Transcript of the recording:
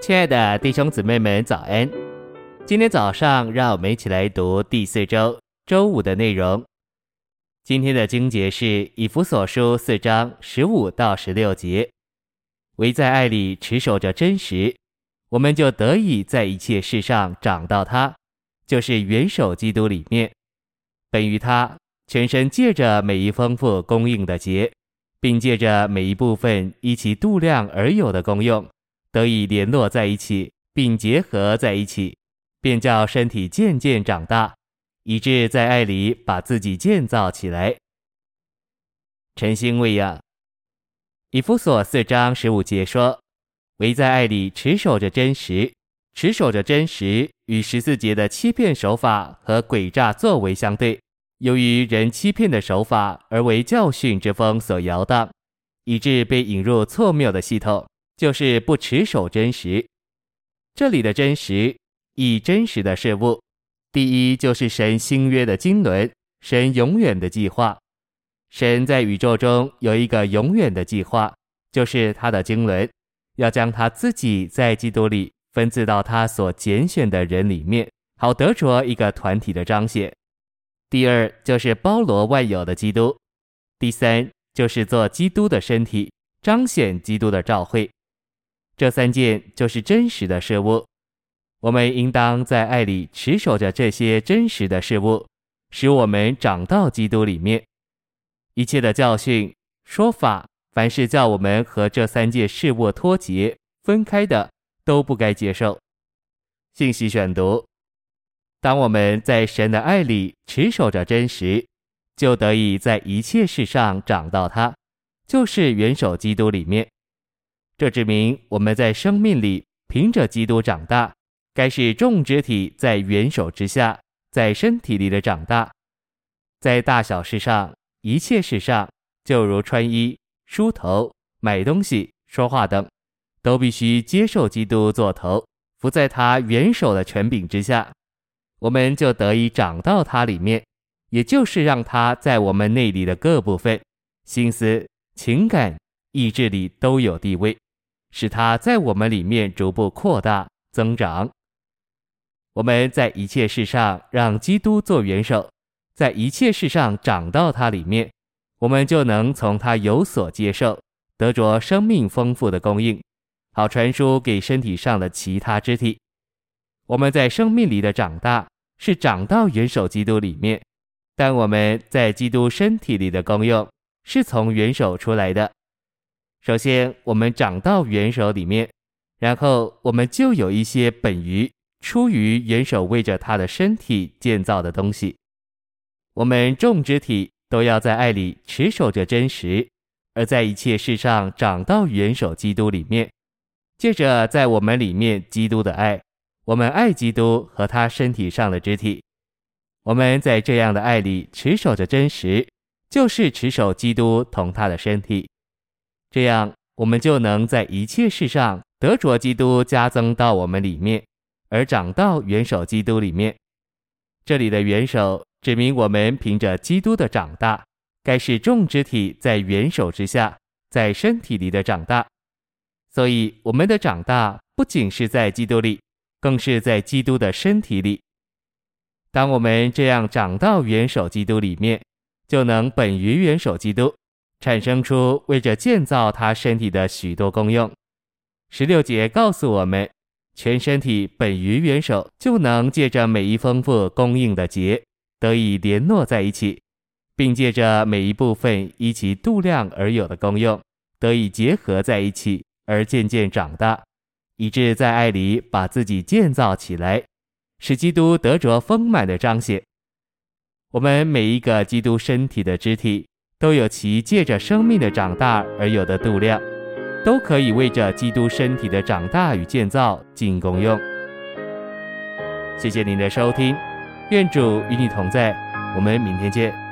亲爱的弟兄姊妹们，早安！今天早上，让我们一起来读第4周周5的内容。今天的经节是以弗所书4章15到16节。唯在爱里持守着真实，我们就得以在一切事上长到他，就是元首基督里面。本于他，全身借着每一丰富供应的节，并借着每一部分依其度量而有的功用，得以联络在一起，并结合在一起，便叫身体渐渐长大，以致在爱里把自己建造起来。晨星喂养。以弗所4章15节说，唯在爱里持守着真实。持守着真实与14节的欺骗手法和诡诈作为相对，由于人欺骗的手法而为教训之风所摇荡，以致被引入错谬的系统，就是不持守真实。这里的真实以真实的事物，第一就是神新约的经纶，神永远的计划。神在宇宙中有一个永远的计划，就是他的经纶，要将他自己在基督里分赐到他所拣选的人里面，好得着一个团体的彰显。第二就是包罗万有的基督。第三就是做基督的身体，彰显基督的召会。这3件就是真实的事物。我们应当在爱里持守着这些真实的事物，使我们长到基督里面。一切的教训、说法，凡是叫我们和这3件事物脱节、分开的，都不该接受。信息选读：当我们在神的爱里持守着真实，就得以在一切事上长到他，就是元首基督里面。这指明我们在生命里凭着基督长大，该是众肢体在元首之下，在身体里的长大。在大小事上，一切事上，就如穿衣、梳头、买东西、说话等，都必须接受基督做头，服在他元首的权柄之下，我们就得以长到他里面，也就是让他在我们内里的各部分，心思、情感、意志里都有地位，使他在我们里面逐步扩大增长。我们在一切事上让基督做元首，在一切事上长到他里面，我们就能从他有所接受，得着生命丰富的供应，好传输给身体上的其他肢体。我们在生命里的长大，是长到元首基督里面，但我们在基督身体里的功用，是从元首出来的。首先，我们长到元首里面，然后我们就有一些本于出于元首为着他的身体建造的东西。我们众肢体都要在爱里持守着真实，而在一切事上长到元首基督里面。借着在我们里面基督的爱，我们爱基督和他身体上的肢体。我们在这样的爱里持守着真实，就是持守基督同他的身体。这样我们就能在一切事上得着基督加增到我们里面，而长到元首基督里面。这里的元首指明我们凭着基督的长大，该是众肢体在元首之下，在身体里的长大。所以我们的长大不仅是在基督里，更是在基督的身体里。当我们这样长到元首基督里面，就能本于元首基督，产生出为着建造他身体的许多功用。16节告诉我们，全身体本于元首，就能借着每一丰富供应的节，得以联络在一起，并借着每一部分依其度量而有的功用，得以结合在一起，而渐渐长大，以致在爱里把自己建造起来，使基督得着丰满的彰显。我们每一个基督身体的肢体，都有其借着生命的长大而有的度量，都可以为着基督身体的长大与建造尽功用。谢谢您的收听，愿主与你同在，我们明天见。